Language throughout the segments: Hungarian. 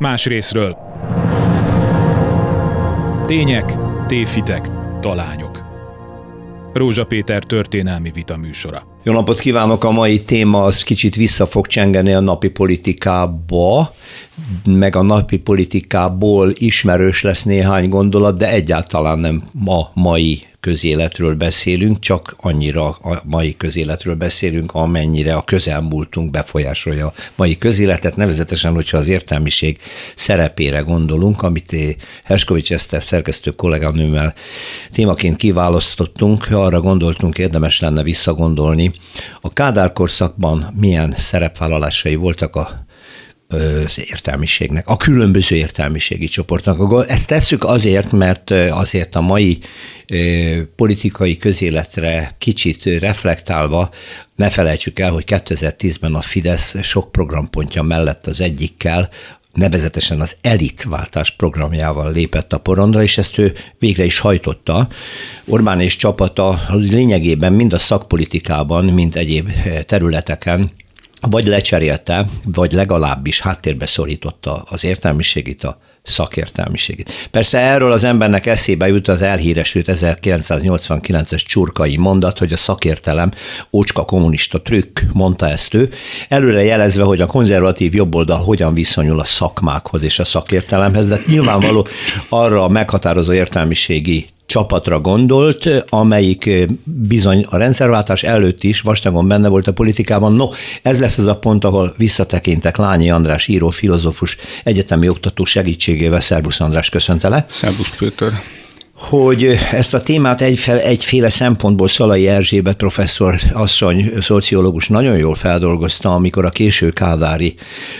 más részről. Tények, tévhitek, talányok. Rózsa Péter történelmi vita műsora. Jó napot kívánok! A mai téma az kicsit vissza fog csengeni a napi politikába, meg a napi politikából ismerős lesz néhány gondolat, de egyáltalán nem mai közéletről beszélünk, csak annyira a mai közéletről beszélünk, amennyire a közelmúltunk befolyásolja a mai közéletet, nevezetesen, hogyha az értelmiség szerepére gondolunk, amit Herskovics Eszter szerkesztő kolléganőmmel témaként kiválasztottunk, arra gondoltunk, érdemes lenne visszagondolni. A Kádár korszakban milyen szerepvállalásai voltak az értelmiségnek, a különböző értelmiségi csoportnak. Ezt tesszük azért, mert azért a mai politikai közéletre kicsit reflektálva ne felejtsük el, hogy 2010-ben a Fidesz sok programpontja mellett az egyikkel, nevezetesen az elitváltás programjával lépett a porondra, és ezt ő végre is hajtotta. Orbán és csapata lényegében mind a szakpolitikában, mind egyéb területeken vagy lecserélte, vagy legalábbis háttérbe szorította az értelmiségit, a szakértelmiségét. Persze erről az embernek eszébe jut az elhíresült 1989-es csurkai mondat, hogy a szakértelem ócska kommunista trükk, mondta ezt ő, előre jelezve, hogy a konzervatív jobboldal hogyan viszonyul a szakmákhoz és a szakértelemhez, de nyilvánvaló arra a meghatározó értelmiségi csapatra gondolt, amelyik bizony a rendszerváltás előtt is vastagon benne volt a politikában. No, ez lesz az a pont, ahol visszatekintek Lányi András író, filozófus, egyetemi oktató segítségével. Szerbusz András, köszöntelek. Szerbusz Péter. Hogy ezt a témát egyféle szempontból Szalai Erzsébet professzor asszony, szociológus nagyon jól feldolgozta, amikor a késő kádári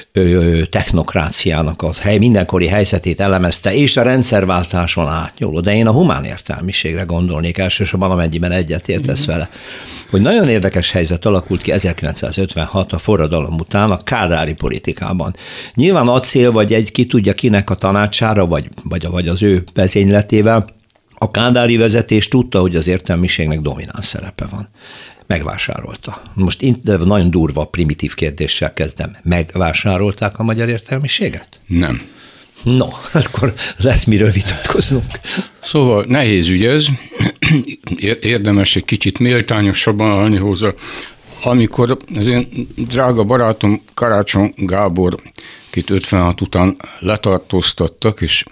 technokráciának a mindenkori helyzetét elemezte, és a rendszerváltáson átnyúló. De én a humán értelmiségre gondolnék elsősorban, amennyiben egyetértesz vele. Hogy nagyon érdekes helyzet alakult ki 1956 a forradalom után a kádári politikában. Nyilván acél, vagy ki tudja kinek a tanácsára, vagy az ő vezényletével, a kádári vezetés tudta, hogy az értelmiségnek domináns szerepe van. Megvásárolta. Most nagyon durva, primitív kérdéssel kezdem. Megvásárolták a magyar értelmiséget? Nem. No, akkor lesz miről vitatkoznunk. Szóval nehéz ügy ez, érdemes egy kicsit méltányosabban állni hozzá. Amikor az én drága barátom Karácsony Gábor, akit 56 után letartóztattak, és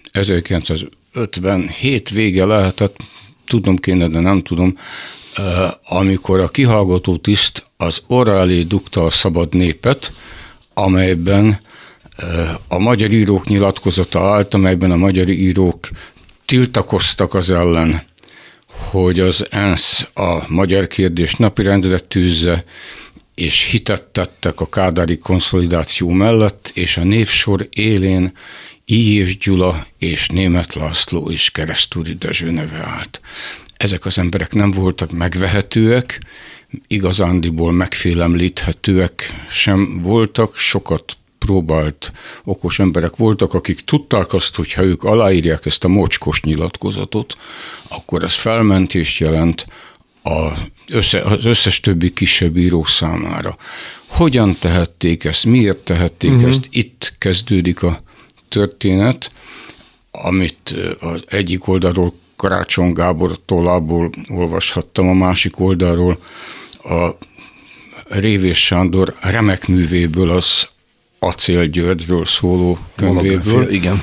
1957 vége lehetett, tudom kéne, de nem tudom, amikor a kihallgató tiszt az orra elé dugta a Szabad Népet, amelyben a magyar írók nyilatkozata állt, amelyben a magyar írók tiltakoztak az ellen, hogy az ENSZ a magyar kérdés napirendre tűzze, és hitet tettek a kádári konszolidáció mellett, és a névsor élén I. Gyula és Németh László és Keresztúri Dezső neve állt. Ezek az emberek nem voltak megvehetőek, igazándiból megfélemlíthetőek sem voltak, sokat próbált okos emberek voltak, akik tudták azt, hogy ha ők aláírják ezt a mocskos nyilatkozatot, akkor ez felmentést jelent az összes többi kisebb író számára. Hogyan tehették ezt, miért tehették ezt? Itt kezdődik a történet, amit az egyik oldalról Karácsony Gábor tollából olvashattam, a másik oldalról a Révés Sándor remek művéből, az Acél Györgyről szóló könyvéből. Igen.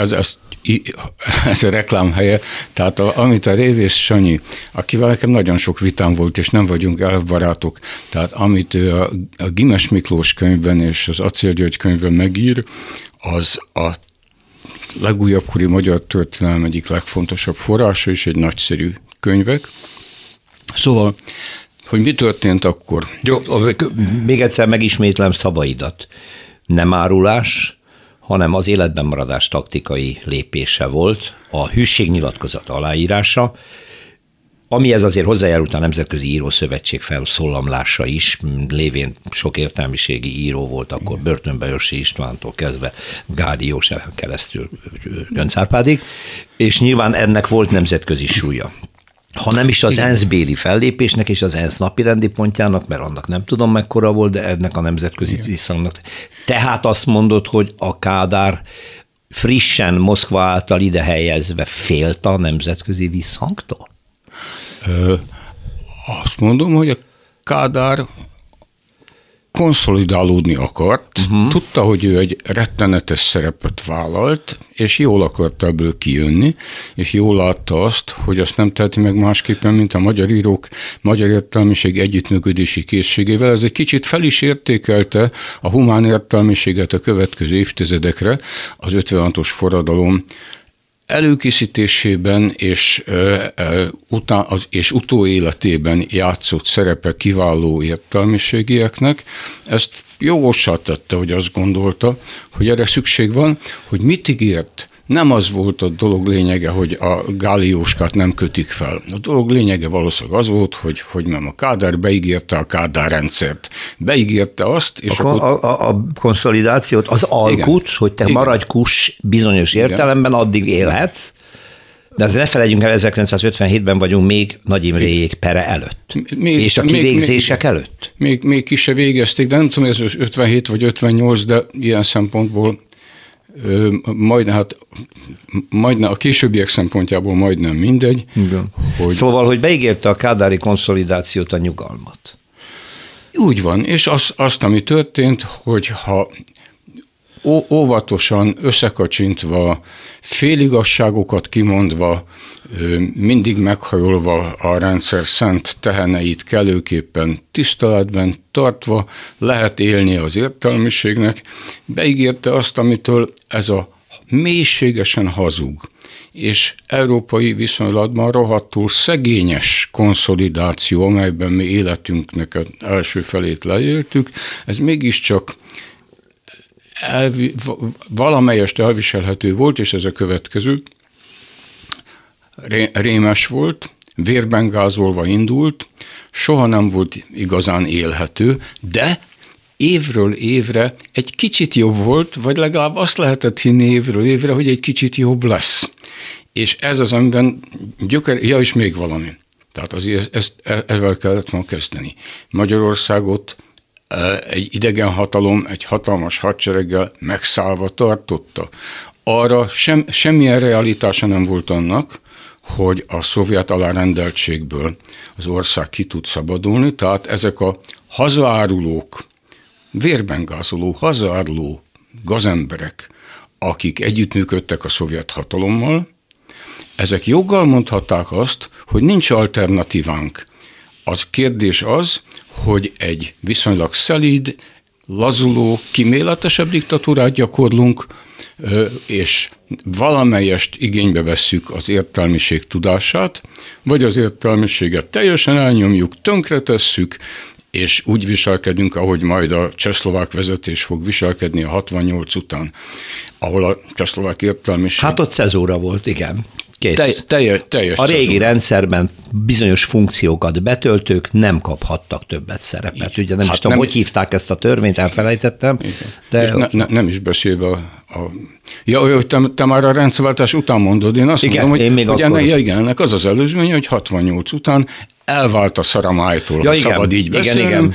Ez a reklámhelye. Tehát amit a Révés Sanyi, akivel nekem nagyon sok vitám volt, és nem vagyunk elbarátok, tehát amit a Gimes Miklós könyvben és az Acél György könyvben megír, az a legújabb kori magyar történelem egyik legfontosabb forrása, és egy nagyszerű könyvek. Szóval, hogy mi történt akkor? Jó, még egyszer megismétlem szavaidat. Nem árulás, hanem az életben maradás taktikai lépése volt, a hűségnyilatkozat aláírása, amihez azért hozzájárult a Nemzetközi Írószövetség felszólalása is, lévén sok értelmiségi író volt, akkor Börtönbe Örsy Istvántól kezdve Gádi Józsefen keresztül Göncz Árpádig, és nyilván ennek volt nemzetközi súlya. Ha nem is az ENSZ-béli fellépésnek és az ENSZ napirendi pontjának, mert annak nem tudom mekkora volt, de ennek a nemzetközi visszhangnak. Tehát azt mondod, hogy a Kádár frissen Moszkva által ide helyezve félt a nemzetközi visszhangtól? Azt mondom, hogy a Kádár konszolidálódni akart, tudta, hogy ő egy rettenetes szerepet vállalt, és jól akarta ebből kijönni, és jól látta azt, hogy azt nem teheti meg másképpen, mint a magyar írók, magyar értelmiség együttműködési készségével. Ez egy kicsit fel is értékelte a humán értelmiséget a következő évtizedekre, az 56-os forradalom előkészítésében és utóéletében játszott szerepe kiváló értelmiségieknek. Ezt jogossá tette, hogy azt gondolta, hogy erre szükség van, hogy mit ígért. Nem az volt a dolog lényege, hogy a Gálióskát nem kötik fel. A dolog lényege valószínűleg az volt, hogy nem a Kádár beígérte a Kádár rendszert. Beígérte azt, és a konszolidációt, az alkut, igen, hogy te igen, maradj kus bizonyos értelemben, igen, addig élhetsz, de azért ne felejtjünk el, 1957-ben vagyunk még Nagy Imréjék pere előtt. És a kivégzések előtt? Még ki se végezték, de nem tudom, ez 57 vagy 58, de ilyen szempontból majdnem a későbbiek szempontjából majdnem mindegy. Szóval, hogy beígérte a kádári konszolidációt, a nyugalmat. Úgy van, és azt, ami történt, hogy ha óvatosan, összekacsintva, féligasságokat kimondva, mindig meghajolva a rendszer szent teheneit kellőképpen tiszteletben tartva lehet élni az értelmiségnek, beígérte azt, amitől ez a mélységesen hazug és európai viszonylatban rohadtul szegényes konszolidáció, amelyben mi életünknek az első felét leéltük, ez mégiscsak valamelyest elviselhető volt, és ez a következő. Rémes volt, vérben gázolva indult, soha nem volt igazán élhető, de évről évre egy kicsit jobb volt, vagy legalább azt lehetett hinni évről évre, hogy egy kicsit jobb lesz. És ez az, amiben és még valami. Tehát azért ezzel kellett volna kezdeni. Magyarországot egy idegen hatalom, egy hatalmas hadsereggel megszállva tartotta. Arra semmilyen realitása nem volt annak, hogy a szovjet alárendeltségből az ország ki tud szabadulni, tehát ezek a hazaárulók, vérben gázoló, hazaáruló gazemberek, akik együttműködtek a szovjet hatalommal, ezek joggal mondhatták azt, hogy nincs alternatívánk. Az kérdés az, hogy egy viszonylag szelíd, lazuló, kíméletesebb diktatúrát gyakorlunk, és valamelyest igénybe vesszük az értelmiség tudását, vagy az értelmiséget teljesen elnyomjuk, tönkretesszük, és úgy viselkedünk, ahogy majd a csehszlovák vezetés fog viselkedni a 68 után, ahol a csehszlovák értelmiség... Hát ott cezúra volt, igen. Kész. Teljes a régi rendszerben bizonyos funkciókat betöltők nem kaphattak többet szerepet. Ugye nem is tudom, hogy hívták ezt a törvényt, elfelejtettem. De nem is beszélve hogy te már a rendszerváltás után mondod, én azt mondom, hogy ennek az az előzménye, hogy 68 után elvált a szaramájtól, szabad így beszélni. Igen.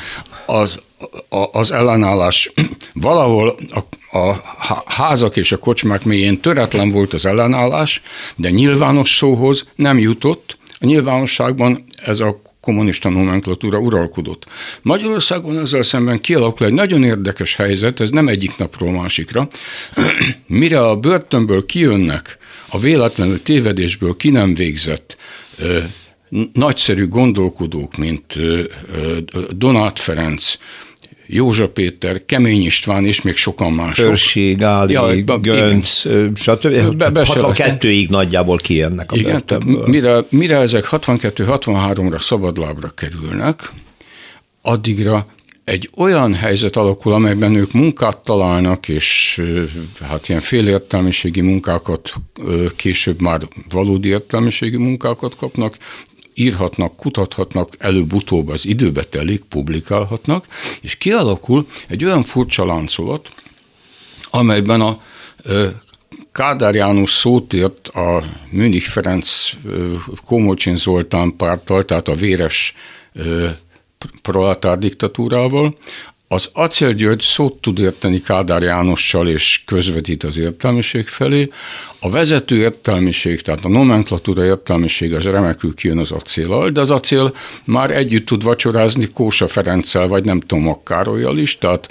Az ellenállás valahol a házak és a kocsmák mélyén töretlen volt az ellenállás, de nyilvános szóhoz nem jutott. A nyilvánosságban ez a kommunista nomenklatúra uralkodott. Magyarországon ezzel szemben kialakul egy nagyon érdekes helyzet, ez nem egyik napról másikra. Mire a börtönből kijönnek, a véletlenül tévedésből ki nem végzett nagyszerű gondolkodók, mint Donát Ferenc, Józsa Péter, Kemény István és még sokan mások. Törsi, Gáli, Gönc, stb. 62-ig nagyjából kijönnek a börtönből. Mire ezek 62-63-ra szabadlábra kerülnek, addigra egy olyan helyzet alakul, amelyben ők munkát találnak, és hát ilyen félértelmiségi munkákat, később már valódi értelmiségi munkákat kapnak, írhatnak, kutathatnak, előbb-utóbb az időbe telik, publikálhatnak, és kialakul egy olyan furcsa láncolat, amelyben a Kádár János szót ért a Münich Ferenc Komocsin Zoltán párttal, tehát a véres proletár diktatúrával. Az Acél György szót tud érteni Kádár Jánossal, és közvetít az értelmiség felé. A vezető értelmiség, tehát a nomenklatúra értelmiség az remekül kijön az acéllal, de az acél már együtt tud vacsorázni Kósa Ferenccel, vagy nem tudom, Makkárolyjal is, tehát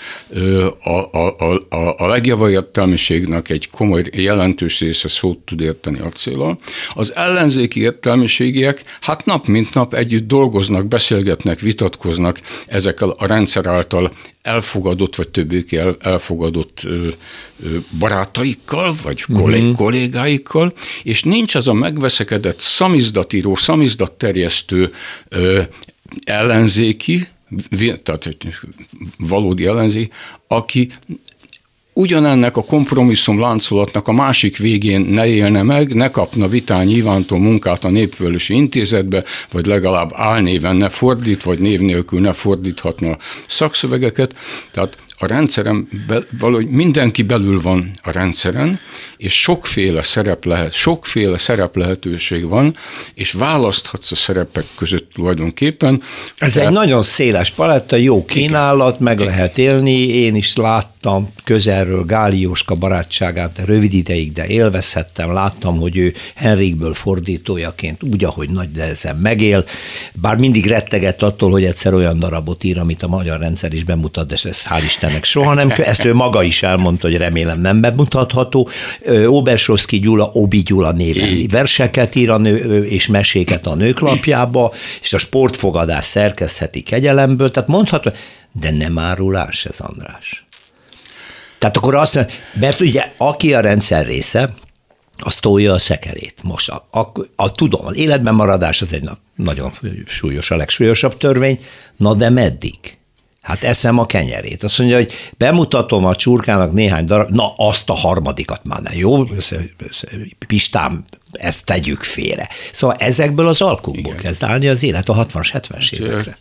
a legjava értelmiségnek egy komoly, jelentős része szót tud érteni acéllal. Az ellenzéki értelmiségiek hát nap mint nap együtt dolgoznak, beszélgetnek, vitatkoznak ezekkel a rendszer által elfogadott, vagy többé elfogadott barátaikkal, vagy kollégáikkal, és nincs az a megveszekedett szamizdatíró, szamizdatterjesztő ellenzéki, tehát valódi ellenzék, aki ugyanennek a kompromisszum láncolatnak a másik végén ne élne meg, ne kapna vitán nyilvántól munkát a Népvörösi Intézetbe, vagy legalább álnéven ne fordít, vagy név nélkül ne fordíthatna szakszövegeket. Tehát a rendszeren, valahogy mindenki belül van a rendszeren, és sokféle szerep lehetőség van, és választhatsz a szerepek között tulajdonképpen. Ez egy nagyon széles paletta, jó kínálat, meg lehet élni. Én is láttam közelről Gáli Jóska barátságát, rövid ideig, de élvezhettem, láttam, hogy ő Henrikből fordítójaként úgy, ahogy nagy nehezen megél, bár mindig rettegett attól, hogy egyszer olyan darabot ír, amit a magyar rendszer is bemutat, de ez hál' Istennek soha nem, ezt ő maga is elmondta, hogy remélem nem bemutatható. Obersovszky Gyula, Obi Gyula néven verseket ír és meséket a Nőklapjába, és a Sportfogadás szerkesztheti Kegyelemből, tehát mondható, de nem árulás ez, András. Tehát akkor azt mondja, mert ugye aki a rendszer része, az tolja a szekerét. Most tudom, az életben maradás az egy nagyon súlyos, a legsúlyosabb törvény, na de meddig? Hát eszem a kenyerét. Azt mondja, hogy bemutatom a csurkának néhány darab, na azt a harmadikat már nem, jó? Pistám, ezt tegyük félre. Szóval ezekből az alkukból kezd állni az élet a 60-as, 70-es évekre.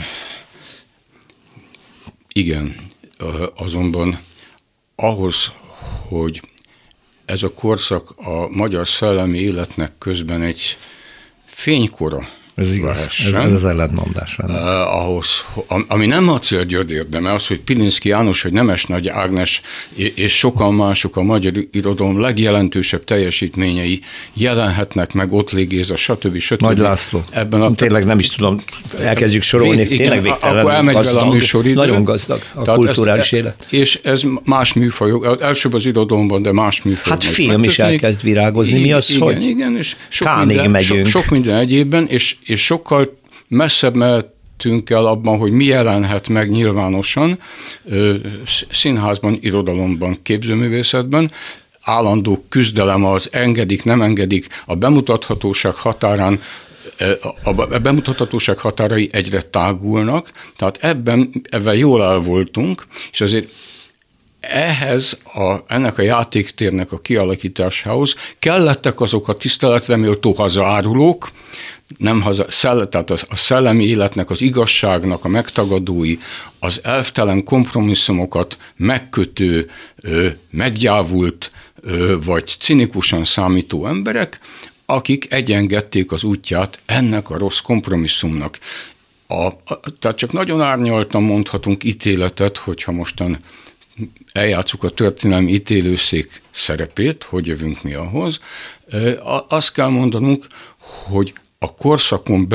Igen, azonban ahhoz, hogy ez a korszak a magyar szellemi életnek közben egy fénykora, ez igaz, ez az ellentmondás. Ahhoz, ami nem Acél György érdeme, az, hogy Pilinszky János, hogy Nemes Nagy Ágnes és sokan mások a magyar irodalom legjelentősebb teljesítményei jelenhetnek meg, Ottli Géza, stb. Nagy László. Tényleg nem is tudom, elkezdjük sorolni, tényleg végtelen gazdag, nagyon gazdag a kulturális élet. És ez más műfajok, elsőbb az irodalomban, de más műfajok. Hát film is elkezd virágozni, mi az, hogy? Igen, és sok minden egyébben, és sokkal messzebb mehetünk el abban, hogy mi jelenhet meg nyilvánosan színházban, irodalomban, képzőművészetben. Állandó küzdelem az engedik, nem engedik, a bemutathatóság határán, a bemutathatóság határai egyre tágulnak, tehát ebben jól el voltunk, és azért ennek a játéktérnek a kialakításához kellettek azok a tiszteletreméltó hazaárulók, tehát a szellemi életnek, az igazságnak a megtagadói, az elvtelen kompromisszumokat megkötő, meggyávult vagy cinikusan számító emberek, akik egyengedték az útját ennek a rossz kompromisszumnak. Tehát csak nagyon árnyaltan mondhatunk ítéletet, hogyha mostan eljátszuk a történelmi ítélőszék szerepét, hogy jövünk mi ahhoz. Azt kell mondanunk, hogy a korszakon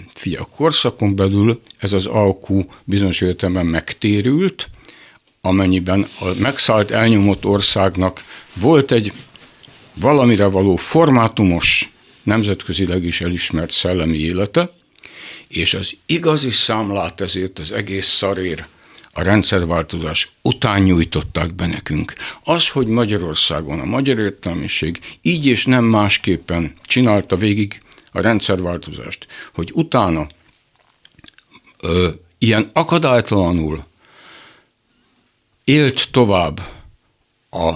belül ez az alkú bizonyos értelemben megtérült, amennyiben a megszállt, elnyomott országnak volt egy valamire való formátumos, nemzetközileg is elismert szellemi élete, és az igazi számlát ezért az egész szarér, a rendszerváltozás után nyújtották be nekünk. Az, hogy Magyarországon a magyar értelmiség így és nem másképpen csinálta végig a rendszerváltozást, hogy utána ilyen akadálytalanul élt tovább a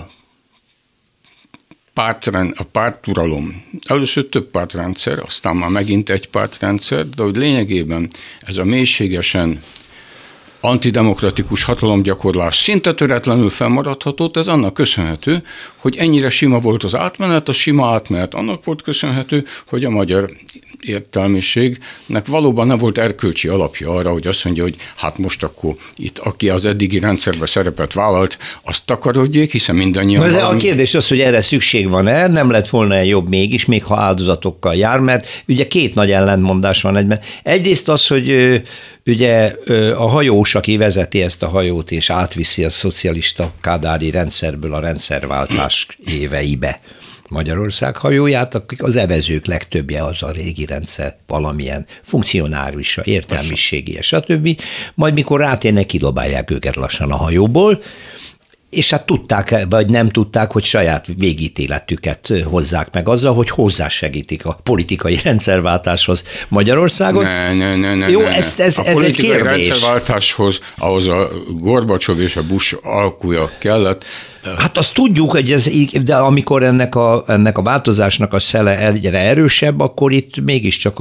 párturalom. Először több pártrendszer, aztán már megint egy pártrendszer, de hogy lényegében ez a mélységesen antidemokratikus hatalomgyakorlás szinte töretlenül fennmaradhatott, ez annak köszönhető, hogy ennyire sima volt az átmenet, a sima átmenet annak volt köszönhető, hogy a magyar értelmiségnek valóban nem volt erkölcsi alapja arra, hogy azt mondja, hogy hát most akkor itt, aki az eddigi rendszerben szerepet vállalt, azt takarodjék, hiszen mindannyian... De a kérdés az, hogy erre szükség van-e, nem lett volna jobb mégis, még ha áldozatokkal jár, mert ugye két nagy ellentmondás van egyben. Egyrészt az, hogy ugye a hajós, aki vezeti ezt a hajót, és átviszi a szocialista kádári rendszerből a rendszerváltás éveibe Magyarország hajóját, akik az evezők legtöbbje az a régi rendszer valamilyen funkcionárisa, értelmiségi, stb. Majd mikor rátérnek, kidobálják őket lassan a hajóból, és hát tudták, vagy nem tudták, hogy saját végítéletüket hozzák meg azzal, hogy hozzásegítik a politikai rendszerváltáshoz Magyarországot. Jó, ez egy kérdés. A politikai rendszerváltáshoz ahhoz a Gorbacsov és a Bush alkúja kellett. Hát azt tudjuk, hogy ez így, de amikor ennek a változásnak a szele egyre erősebb, akkor itt mégiscsak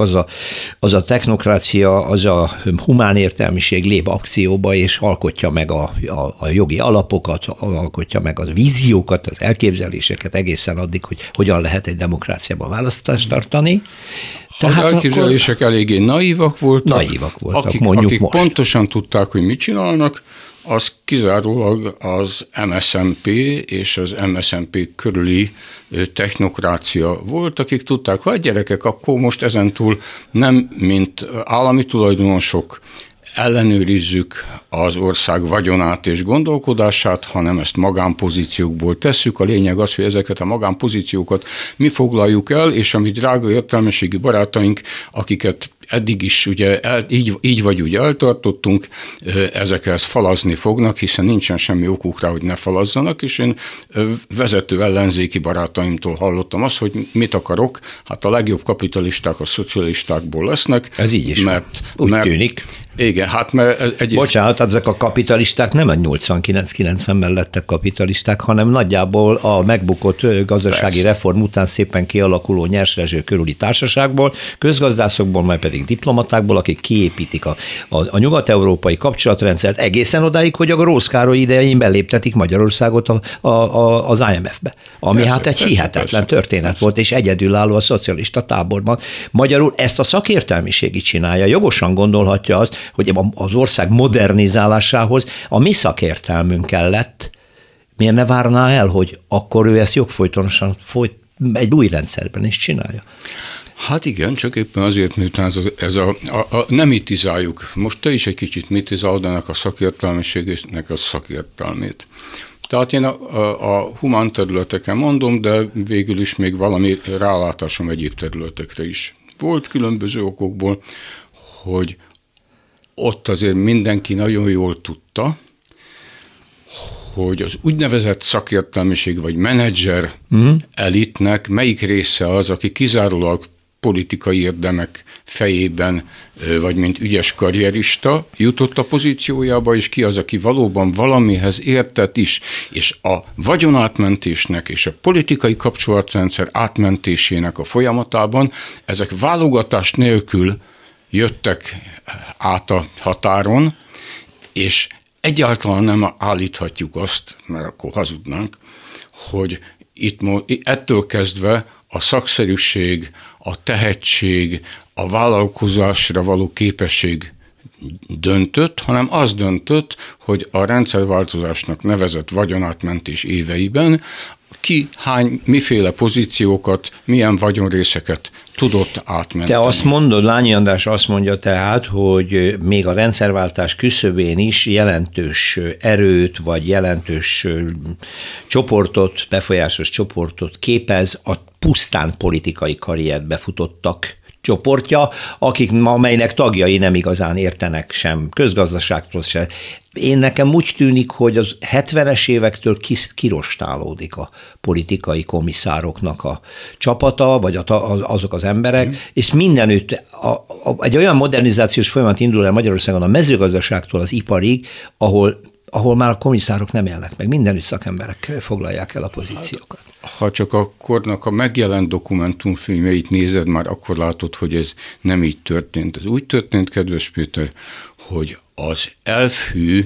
az a technokrácia, az a humán értelmiség lép akcióba, és alkotja meg a jogi alapokat, alkotja meg a víziókat, az elképzeléseket egészen addig, hogy hogyan lehet egy demokráciában választást tartani. Tehát az elképzelések eléggé naívak voltak, akik pontosan tudták, hogy mit csinálnak, az kizárólag az MSZNP és az MSZNP körüli technokrácia volt, akik tudták, hogy gyerekek, akkor most ezentúl nem mint állami tulajdonosok ellenőrizzük az ország vagyonát és gondolkodását, hanem ezt magánpozíciókból tesszük. A lényeg az, hogy ezeket a magánpozíciókat mi foglaljuk el, és amit drága értelmiségi barátaink, akiket eddig is ugye így vagy úgy eltartottunk, ezekhez falazni fognak, hiszen nincsen semmi okuk rá, hogy ne falazzanak, és én vezető ellenzéki barátaimtól hallottam azt, hogy mit akarok, hát a legjobb kapitalisták a szocialistákból lesznek. Ez így is úgy tűnik. Igen, hát mert Bocsánat, ezek a kapitalisták nem a 89-90-ben lettek kapitalisták, hanem nagyjából a megbukott gazdasági reform után szépen kialakuló nyersrezső körüli társaságból, közgazdászokból, majd pedig diplomatákból, akik kiépítik a nyugat-európai kapcsolatrendszert egészen odáig, hogy a Grósz Károly idején beléptetik Magyarországot az IMF-be, ami hát egy hihetetlen történet volt, és egyedülálló a szocialista táborban. Magyarul ezt a szakértelmiségi csinálja, jogosan gondolhatja azt, hogy az ország modernizálásához a mi szakértelmünk kellett, miért ne várná el, hogy akkor ő ezt jogfolytonosan egy új rendszerben is csinálja? Hát igen, csak éppen azért, miután nem mitizáljuk. Most te is egy kicsit mitizálod ennek a szakértelmiségnek a szakértelmét. Tehát én a humán területeken mondom, de végül is még valami rálátásom egyéb területekre is volt különböző okokból, hogy ott azért mindenki nagyon jól tudta, hogy az úgynevezett szakértelmiség vagy menedzser elitnek melyik része az, aki kizárólag politikai érdemek fejében, vagy mint ügyes karrierista jutott a pozíciójába, és ki az, aki valóban valamihez értett is. És a vagyonátmentésnek és a politikai kapcsolatrendszer átmentésének a folyamatában ezek válogatás nélkül jöttek át a határon, és egyáltalán nem állíthatjuk azt, mert akkor hazudnánk, hogy ettől kezdve a szakszerűség, a tehetség, a vállalkozásra való képesség döntött, hanem az döntött, hogy a rendszerváltozásnak nevezett vagyonátmentés éveiben ki miféle pozíciókat, milyen vagyonrészeket tudott átmenteni. Te azt mondod, Lányi András azt mondja tehát, hogy még a rendszerváltás küszöbén is jelentős erőt, vagy jelentős csoportot, befolyásos csoportot képez a pusztán politikai karriert befutottak csoportja, amelynek tagjai nem igazán értenek sem közgazdaságtól sem. Nekem úgy tűnik, hogy az 70-es évektől kirostálódik a politikai komisszároknak a csapata, vagy azok az emberek, és mindenütt egy olyan modernizációs folyamat indul el Magyarországon a mezőgazdaságtól az iparig, ahol már a komisszárok nem élnek meg, mindenütt szakemberek foglalják el a pozíciókat. Ha csak a kornak a megjelent dokumentumfilmjeit nézed, már akkor látod, hogy ez nem így történt. Ez úgy történt, kedves Péter, hogy az elfhű,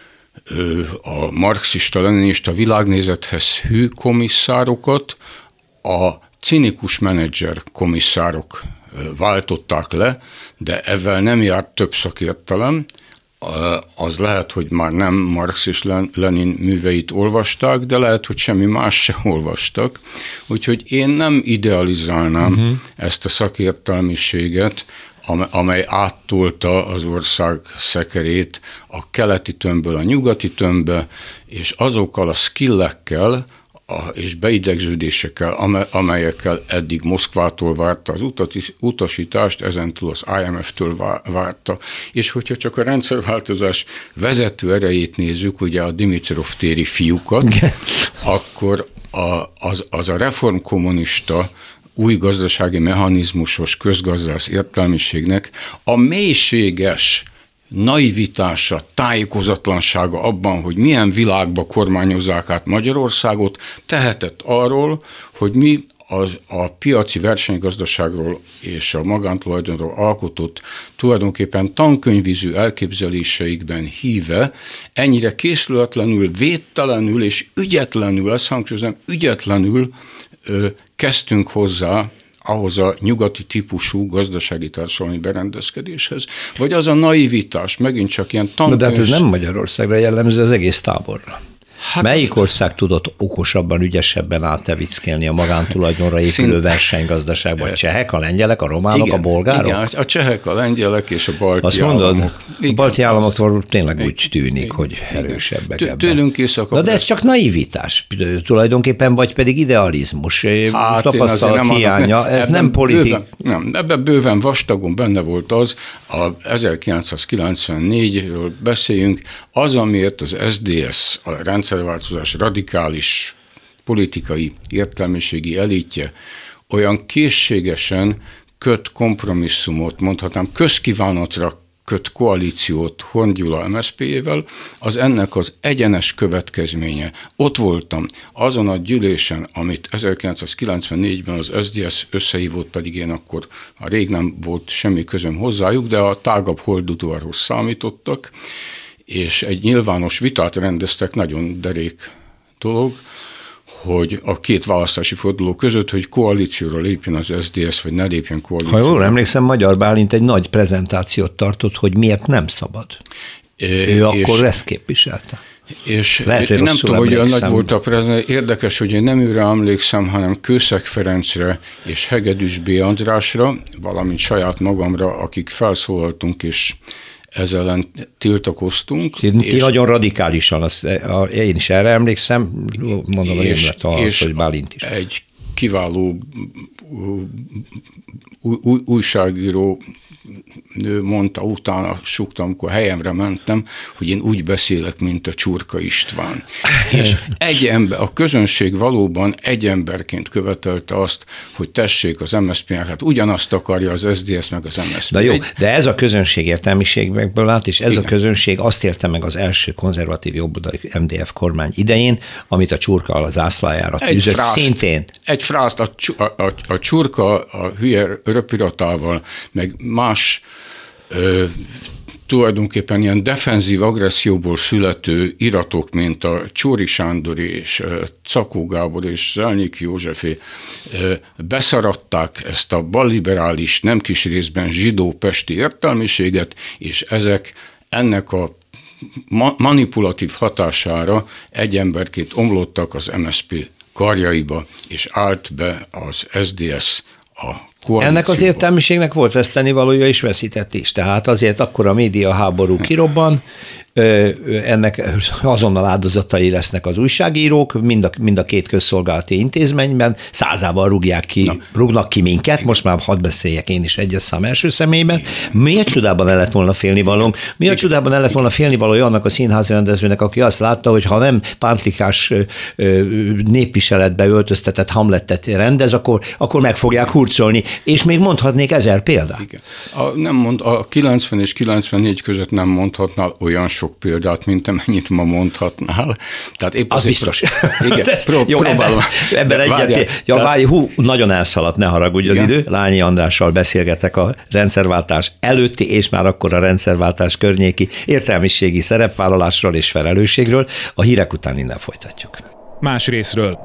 a marxista-leninista világnézethez hű komisszárokat a cinikus menedzser komisszárok váltották le, de ezzel nem járt több szakértelem. Az lehet, hogy már nem Marx és Lenin műveit olvasták, de lehet, hogy semmi más se olvastak. Úgyhogy én nem idealizálnám ezt a szakértelmiséget, amely áttolta az ország szekerét a keleti tömbből a nyugati tömbbe, és azokkal a skillekkel és beidegződésekkel, amelyekkel eddig Moszkvától várta az utasítást, ezentúl az IMF-től várta. És hogyha csak a rendszerváltozás vezető erejét nézzük, ugye a Dimitrov téri fiúkat, akkor az a reformkommunista, új gazdasági mechanizmusos közgazdász értelmiségnek a mélységes naivitása, tájékozatlansága abban, hogy milyen világba kormányozzák át Magyarországot, tehetett arról, hogy mi a piaci versenygazdaságról és a magántulajdonról alkotott tulajdonképpen tankönyvízű elképzeléseikben híve, ennyire készületlenül, védtelenül és ügyetlenül, ezt hangsúlyozom, ügyetlenül kezdtünk hozzá ahhoz a nyugati típusú gazdasági társadalmi berendezkedéshez, vagy az a naivitás, megint csak ilyen tankönyv... De hát ez nem Magyarországra jellemző, az egész táborra. Hát melyik ország tudott okosabban, ügyesebben átevickelni a magántulajdonra épülő versenygazdaságba? A csehek, a lengyelek, a románok, igen, a bolgárok? Igen, a csehek, a lengyelek és a balti államok. Azt mondod, a balti államokról tényleg úgy tűnik, hogy erősebbek ebben. Tőlünk északabb. De ez csak naivitás tulajdonképpen, vagy pedig idealizmus, tapasztalat hiánya, ez nem politika. Nem, ebben bőven vastagon benne volt az, a 1994-ről beszéljünk, az, amiért az SZDSZ, a rendszerváltozás radikális politikai értelmiségi elitje olyan készségesen köt kompromisszumot, mondhatnám közkívánatra köt koalíciót Horn Gyula MSZP-jével, az ennek az egyenes következménye. Ott voltam azon a gyűlésen, amit 1994-ben az SZDSZ összehívott, pedig én akkor rég nem volt semmi közöm hozzájuk, de a tágabb holdudvarhoz számítottak, és egy nyilvános vitát rendeztek, nagyon derék dolog, hogy a két választási forduló között, hogy koalícióra lépjen az SZDSZ, vagy ne lépjen koalícióra. Ha jól emlékszem, Magyar Bálint egy nagy prezentációt tartott, hogy miért nem szabad. Ő akkor ezt képviselte. És lehet, én nem tudom, hogy olyan nagy volt a prezentáció. Érdekes, hogy én nem őre emlékszem, hanem Kőszeg Ferencre és Hegedűs B. Andrásra, valamint saját magamra, akik felszólaltunk, és ezzel ellen tiltakoztunk. Ti nagyon radikálisan, én is erre emlékszem, mondom, hogy én lett az, hogy Bálint is. Egy kiváló újságíró mondta utána, súgtam, amikor helyemre mentem, hogy én úgy beszélek, mint a Csurka István. És egy ember, a közönség valóban egy emberként követelte azt, hogy tessék az MSZP-nek, hát ugyanazt akarja az SZDSZ meg az MSZP. De jó, de ez a közönség értelmiségből állt, és ez igen. A közönség azt érte meg az első konzervatív jobboldali MDF kormány idején, amit a Csurka a zászlájára tűzött szintén. Egy frászt, a Csurka a hülye röpiratával, meg más tulajdonképpen ilyen defenzív agresszióból születő iratok, mint a Csóri Sándor és Czakó Gábor és Zelnyik Józsefé beszaradták ezt a balliberális, nem kis részben zsidó pesti értelmiséget, és ezek ennek a manipulatív hatására egy emberként omlottak az MSZP karjaiba, és állt be az SZDSZ a koalícióba. Ennek az értelmiségnek volt vesztenivalója és veszített is. Tehát azért akkor a médiaháború kirobban, ennek azonnal áldozatai lesznek az újságírók, mind a két közszolgálati intézményben, 100-ával rúgnak ki minket, most már hadd beszéljek én is egyes szám első személyben. Miért csodában el lett volna félnivalónk? Mi a csodában el lett volna félnivalója annak a színházi rendezőnek, aki azt látta, hogy ha nem pántlikás népviseletbe öltöztetett Hamletet rendez, akkor meg fogják hurcolni, és még mondhatnék 1000 példát. Igen. A 90 és 94 között nem mondhatnál olyan sok sok példát, mint amennyit ma mondhatnál. Tehát épp az biztos. Igen, próbálom. Ebben egyet. Nagyon elszaladt, ne haragudj az idő. Lányi Andrással beszélgetek a rendszerváltás előtti, és már akkor a rendszerváltás környéki értelmiségi szerepvállalásról és felelősségről. A hírek után innen folytatjuk. Más részről.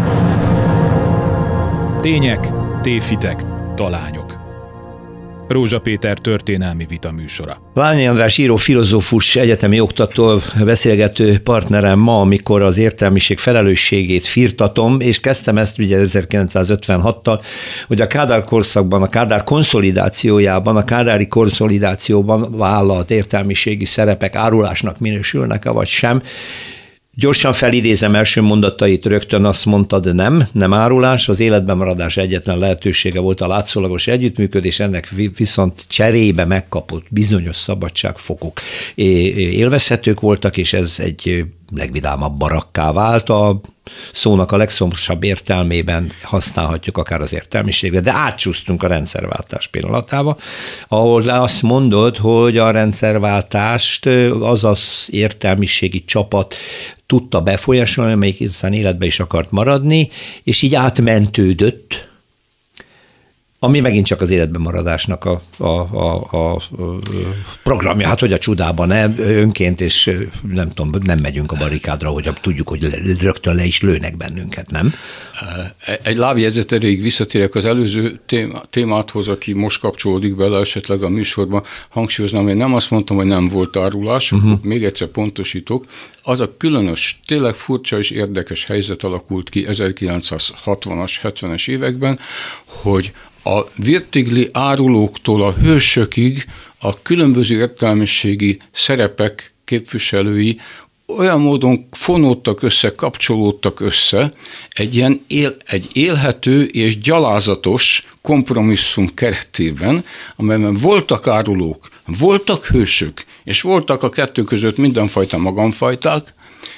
Tények, tévhitek, talányok. Rózsa Péter történelmi vita műsora. Lányi András író, filozófus, egyetemi oktató, beszélgető partnerem ma, amikor az értelmiség felelősségét firtatom, és kezdtem ezt ugye 1956-tal, hogy a Kádár korszakban, a Kádár konszolidációjában, a kádári konszolidációban vállalt értelmiségi szerepek árulásnak minősülnek-e vagy sem. Gyorsan felidézem első mondatait, rögtön azt mondtad, nem árulás, az életben maradás egyetlen lehetősége volt a látszólagos együttműködés, ennek viszont cserébe megkapott bizonyos szabadságfokok élvezhetők voltak, és ez egy legvidámabb barakká vált, a szónak a legszorosabb értelmében használhatjuk akár az értelmiségre, de átcsúsztunk a rendszerváltás pillanatába, ahol azt mondod, hogy a rendszerváltást az az értelmiségi csapat tudta befolyásolni, amelyik aztán életbe is akart maradni, és így átmentődött, ami megint csak az életben maradásnak a programja. Hát, hogy a csodában önként, és nem tudom, nem megyünk a barikádra, hogy tudjuk, hogy rögtön le is lőnek bennünket, nem? Egy lábjegyzet erőig visszatérek az előző témáthoz, aki most kapcsolódik bele esetleg a műsorban, hangsúlyoznám, hogy nem azt mondtam, hogy nem volt árulás, még egyszer pontosítok, az a különös, tényleg furcsa és érdekes helyzet alakult ki 1960-as, 70-es években, hogy a vértigli árulóktól a hősökig a különböző értelmiségi szerepek képviselői olyan módon fonódtak össze, kapcsolódtak össze egy élhető és gyalázatos kompromisszum keretében, amelyben voltak árulók, voltak hősök, és voltak a kettő között mindenfajta magamfajták,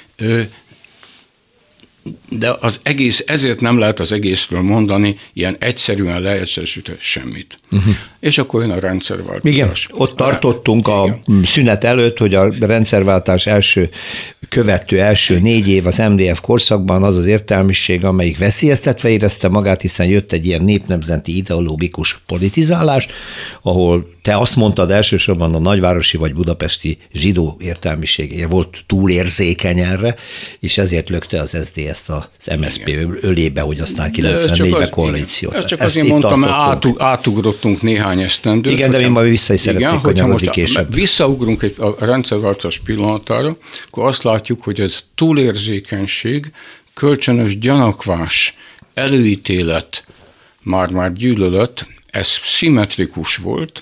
de az egész, ezért nem lehet az egészről mondani ilyen egyszerűen leegyszerűsítve semmit. És akkor jön a rendszerváltás. Igen, ott tartottunk a szünet előtt, hogy a rendszerváltás követő első 4 év az MDF korszakban az az értelmiség, amelyik veszélyeztetve érezte magát, hiszen jött egy ilyen népnemzeti ideológikus politizálás, ahol te azt mondtad, elsősorban a nagyvárosi vagy budapesti zsidó értelmiség volt túlérzékeny erre, és ezért lökte az SZDSZ-t az MSZP ölébe, hogy aztán 94-ben koalíciót. Ezt csak azért mondtam, mert átugrottunk néhány esztendőt. Igen, de mi majd vissza is szeretnék kanyarodni később. Visszaugrunk a rendszerváltás pillanatára, akkor azt látjuk, hogy ez túlérzékenység, kölcsönös gyanakvás, előítélet, már gyűlölet, ez szimmetrikus volt.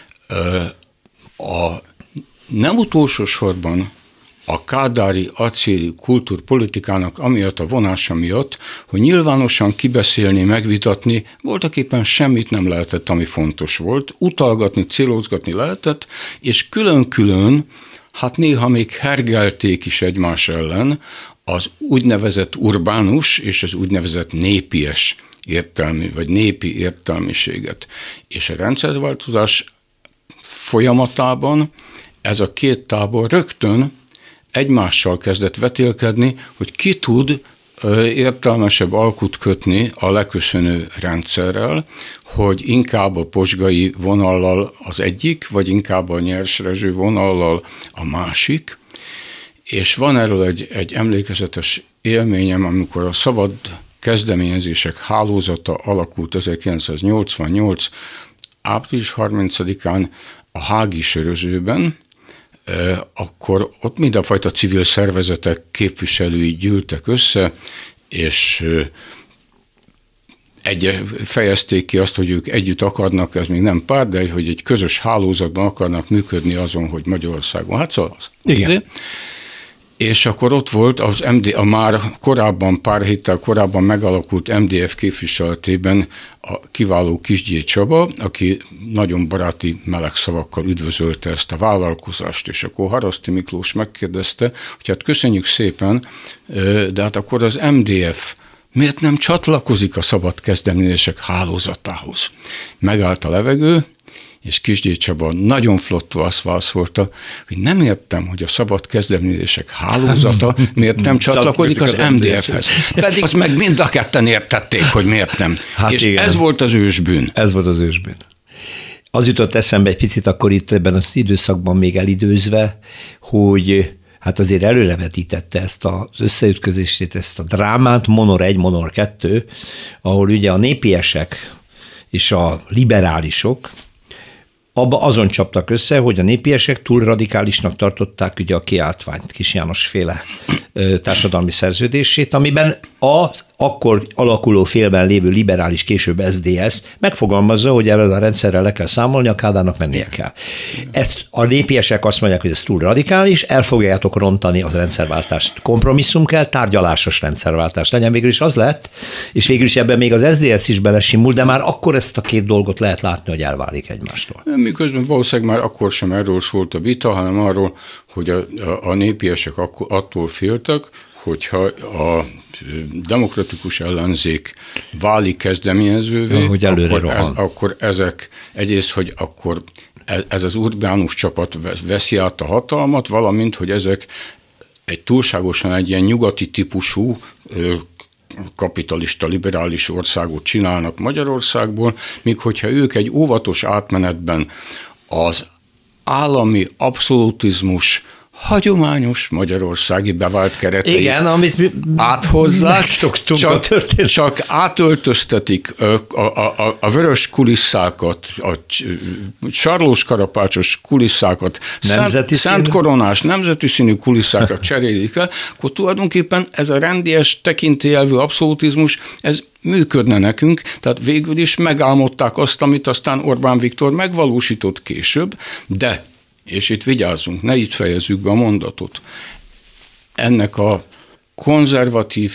Nem utolsó sorban a kádári acéli kultúrpolitikának amiatt a vonása miatt, hogy nyilvánosan kibeszélni, megvitatni, voltaképpen semmit nem lehetett, ami fontos volt, utalgatni, célozgatni lehetett, és külön-külön, hát néha még hergelték is egymás ellen az úgynevezett urbánus és az úgynevezett népies értelmű, vagy népi értelmiséget. És a rendszerváltozás folyamatában ez a két tábor rögtön egymással kezdett vetélkedni, hogy ki tud értelmesebb alkut kötni a leköszönő rendszerrel, hogy inkább a posgai vonallal az egyik, vagy inkább a nyersrezső vonallal a másik. És van erről egy emlékezetes élményem, amikor a szabad kezdeményezések hálózata alakult 1988. április 30-án a hági Sörözőben, akkor ott mindenfajta civil szervezetek képviselői gyűltek össze, és fejezték ki azt, hogy ők együtt akarnak, ez még nem párt, de hogy egy közös hálózatban akarnak működni azon, hogy Magyarországon. Hát szóval igen. És akkor ott volt a már korábban, pár héttel korábban megalakult MDF képviseletében a kiváló Kisgyély Csaba, aki nagyon baráti meleg szavakkal üdvözölte ezt a vállalkozást, és akkor Haraszti Miklós megkérdezte, hogy hát köszönjük szépen, de hát akkor az MDF miért nem csatlakozik a szabad kezdeményezések hálózatához? Megállt a levegő, és Kisgyér Csaba nagyon flottól azt válaszolta, hogy nem értem, hogy a szabad kezdeményezések hálózata miért nem csatlakozik az MDF-hez. Pedig azt meg mind a ketten értették, hogy miért nem. Hát és igen. Ez volt az ősbűn. Ez volt az ősbűn. Az jutott eszembe egy picit akkor itt ebben az időszakban még elidőzve, hogy hát azért előrevetítette ezt az összeütközését, ezt a drámát, Monor 1, Monor 2, ahol ugye a népiesek és a liberálisok abba azon csaptak össze, hogy a népiesek túl radikálisnak tartották ugye a kiáltványt, Kis János féle társadalmi szerződését, amiben az akkor alakuló félben lévő liberális, később SZDSZ megfogalmazza, hogy erről a rendszerrel le kell számolni, a Kádárnak mennie kell. Ezt a népiesek azt mondják, hogy ez túl radikális, el fogjátok rontani az rendszerváltást. Kompromisszum kell, tárgyalásos rendszerváltás legyen. Végül is az lett, és végül is ebben még az SZDSZ is belesimul, de már akkor ezt a két dolgot lehet látni, hogy elválik egymástól. Miközben valószínűleg már akkor sem erről szólt a vita, hanem arról, hogy a népiesek attól féltek, hogyha a demokratikus ellenzék válik kezdeményezővé, akkor ezek egyrészt, hogy akkor ez az urbánus csapat veszi át a hatalmat, valamint, hogy ezek túlságosan egy ilyen nyugati típusú kapitalista, liberális országot csinálnak Magyarországból, míg hogyha ők egy óvatos átmenetben az állami abszolutizmus hagyományos magyarországi bevált kereteit igen, amit áthozzák, csak átöltöztetik a vörös kulisszákat, a sarlós karapácsos kulisszákat, szent koronás, nemzeti színű kulisszákat cserélik le, akkor tulajdonképpen ez a rendies tekintélyelvű abszolutizmus, ez működne nekünk, tehát végül is megálmodták azt, amit aztán Orbán Viktor megvalósított később, de és itt vigyázzunk, ne itt fejezzük be a mondatot. Ennek a konzervatív,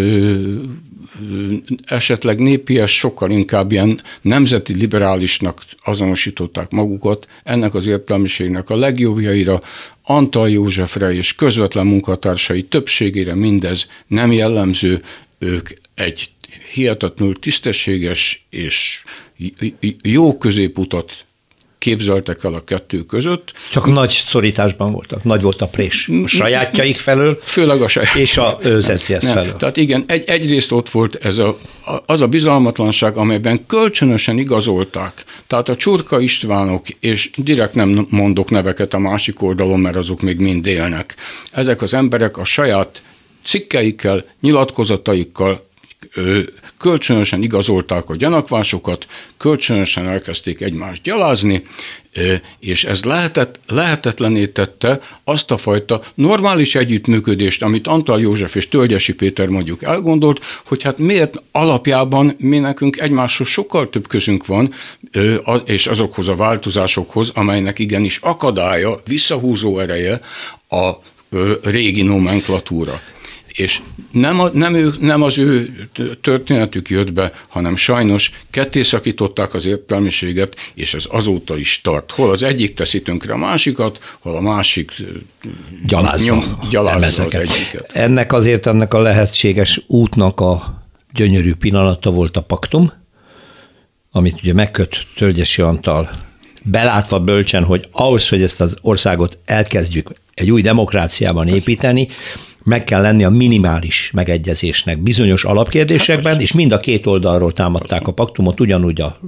esetleg népies, sokkal inkább ilyen nemzeti liberálisnak azonosították magukat, ennek az értelmiségnek a legjobbjaira, Antall Józsefre és közvetlen munkatársai többségére mindez nem jellemző, ők egy hihetetlenül tisztességes és jó középutat képzeltek el a kettő között. Csak nagy szorításban voltak, nagy volt a prés a sajátjaik felől, főleg a sajátjaik. És az SZDSZ felől. Tehát igen, egyrészt ott volt ez az a bizalmatlanság, amelyben kölcsönösen igazolták. Tehát a Csurka Istvánok, és direkt nem mondok neveket a másik oldalon, mert azok még mind élnek. Ezek az emberek a saját cikkeikkel, nyilatkozataikkal kölcsönösen igazolták a gyanakvásokat, kölcsönösen elkezdték egymást gyalázni, és ez lehetetlené tette azt a fajta normális együttműködést, amit Antall József és Tölgyesi Péter mondjuk elgondolt, hogy hát miért alapjában mi nekünk egymáshoz sokkal több közünk van, és azokhoz a változásokhoz, amelynek igenis akadálya, visszahúzó ereje a régi nomenklatúra. És nem az ő történetük jött be, hanem sajnos ketté szakították az értelmiséget, és ez azóta is tart. Hol az egyik teszi tönkre a másikat, hol a másik gyalázza az egyiket. Ennek a lehetséges útnak a gyönyörű pillanata volt a paktum, amit ugye megköt Tölgyesi Antall, belátva bölcsen, hogy ahhoz, hogy ezt az országot elkezdjük egy új demokráciában építeni, meg kell lenni a minimális megegyezésnek bizonyos alapkérdésekben, és mind a két oldalról támadták a paktumot, ugyanúgy a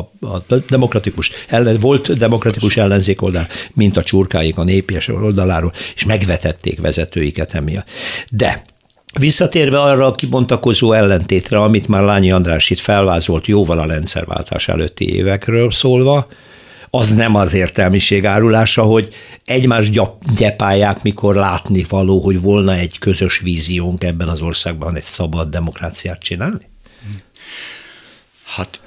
volt demokratikus ellenzék oldal, mint a Csurkáik a népies oldaláról, és megvetették vezetőiket emiatt. De visszatérve arra a kibontakozó ellentétre, amit már Lányi András itt felvázolt jóval a rendszerváltás előtti évekről szólva, az nem az értelmiség árulása, hogy egymást gyepálják, mikor látni való, hogy volna egy közös víziónk ebben az országban egy szabad demokráciát csinálni? Hát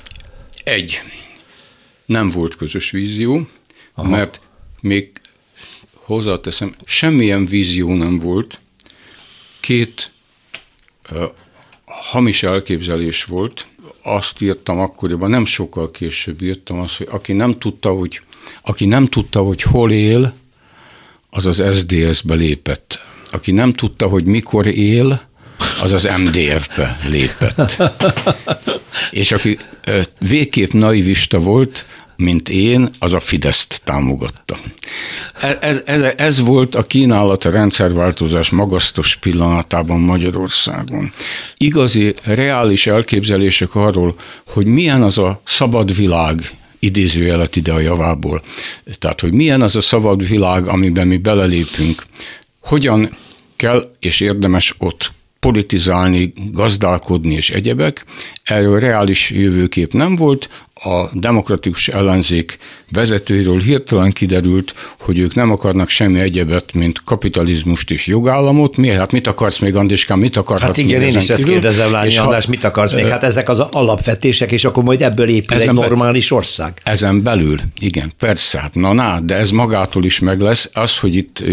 nem volt közös vízió, aha, mert még hozzáteszem, semmilyen vízió nem volt, két hamis elképzelés volt. Azt írtam akkoriban, nem sokkal később írtam azt, hogy aki nem tudta, hogy hol él, az az SZDSZ-be lépett. Aki nem tudta, hogy mikor él, az az MDF-be lépett. És aki végképp naivista volt, mint én, az a Fideszt támogatta. Ez volt a kínálat a rendszerváltozás magasztos pillanatában Magyarországon. Igazi, reális elképzelések arról, hogy milyen az a szabad világ, idézőjelet ide a javából. Tehát, hogy milyen az a szabad világ, amiben mi belelépünk, hogyan kell és érdemes ott politizálni, gazdálkodni és egyebek. Erről reális jövőkép nem volt. A demokratikus ellenzék vezetőiről hirtelen kiderült, hogy ők nem akarnak semmi egyebet, mint kapitalizmust és jogállamot. Miért? Hát mit akarsz még, Andiskám, mit akarhatsz? Hát igen, én is ezt kérdezem, Lányi András, mit akarsz még? Hát ezek az alapvetések, és akkor majd ebből épül egy normális ország. Ezen belül, igen, persze, hát de ez magától is meg lesz. Az, hogy itt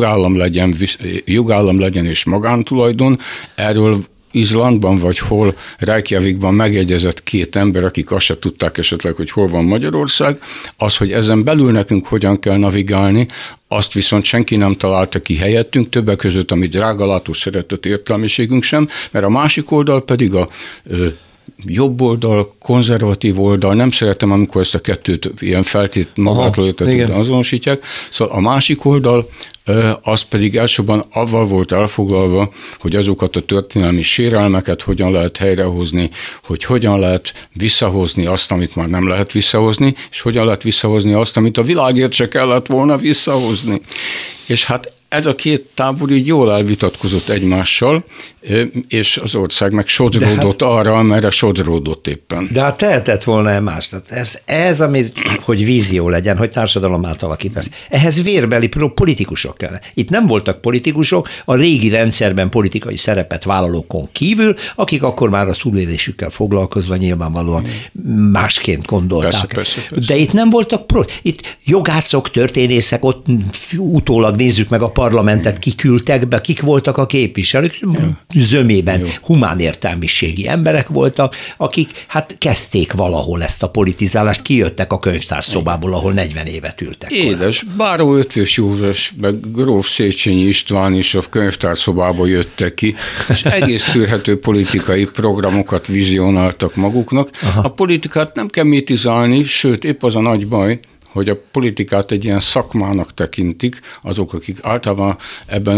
jogállam legyen és magántulajdon, erről Izlandban vagy hol Reykjavikban megegyezett két ember, akik azt se tudták esetleg, hogy hol van Magyarország, az, hogy ezen belül nekünk hogyan kell navigálni, azt viszont senki nem találta ki helyettünk, többek között a mi drágalátó szeretett értelmiségünk sem, mert a másik oldal pedig a jobb oldal, konzervatív oldal, nem szeretem, amikor ezt a kettőt ilyen feltét magától értetően azonosítják, szóval a másik oldal az pedig elsősorban avval volt elfoglalva, hogy azokat a történelmi sérelmeket hogyan lehet helyrehozni, hogy hogyan lehet visszahozni azt, amit már nem lehet visszahozni, és hogyan lehet visszahozni azt, amit a világért se kellett volna visszahozni. És hát ez a két tábor így jól elvitatkozott egymással, és az ország meg sodródott arra, amerre sodródott éppen. De hát tehetett volna más. Ez hogy vízió legyen, hogy társadalom átalakítás. Ehhez vérbeli politikusok kellene. Itt nem voltak politikusok, a régi rendszerben politikai szerepet vállalókon kívül, akik akkor már a túlélésükkel foglalkozva nyilvánvalóan másként gondolták. Persze. De itt nem voltak, itt jogászok, történészek, ott utólag nézzük meg a parlamentet, kiküldtek be, kik voltak a képviselők, zömében humán értelmiségi emberek voltak, akik hát kezdték valahol ezt a politizálást, kijöttek a könyvtárszobából, ahol 40 évet ültek. Édes, Báró Eötvös József, meg gróf Széchenyi István is a könyvtárszobából jöttek ki, és egész tűrhető politikai programokat vizionáltak maguknak. Aha. A politikát nem kell mitizálni, sőt, épp az a nagy baj, hogy a politikát egy ilyen szakmának tekintik, azok, akik általában ebben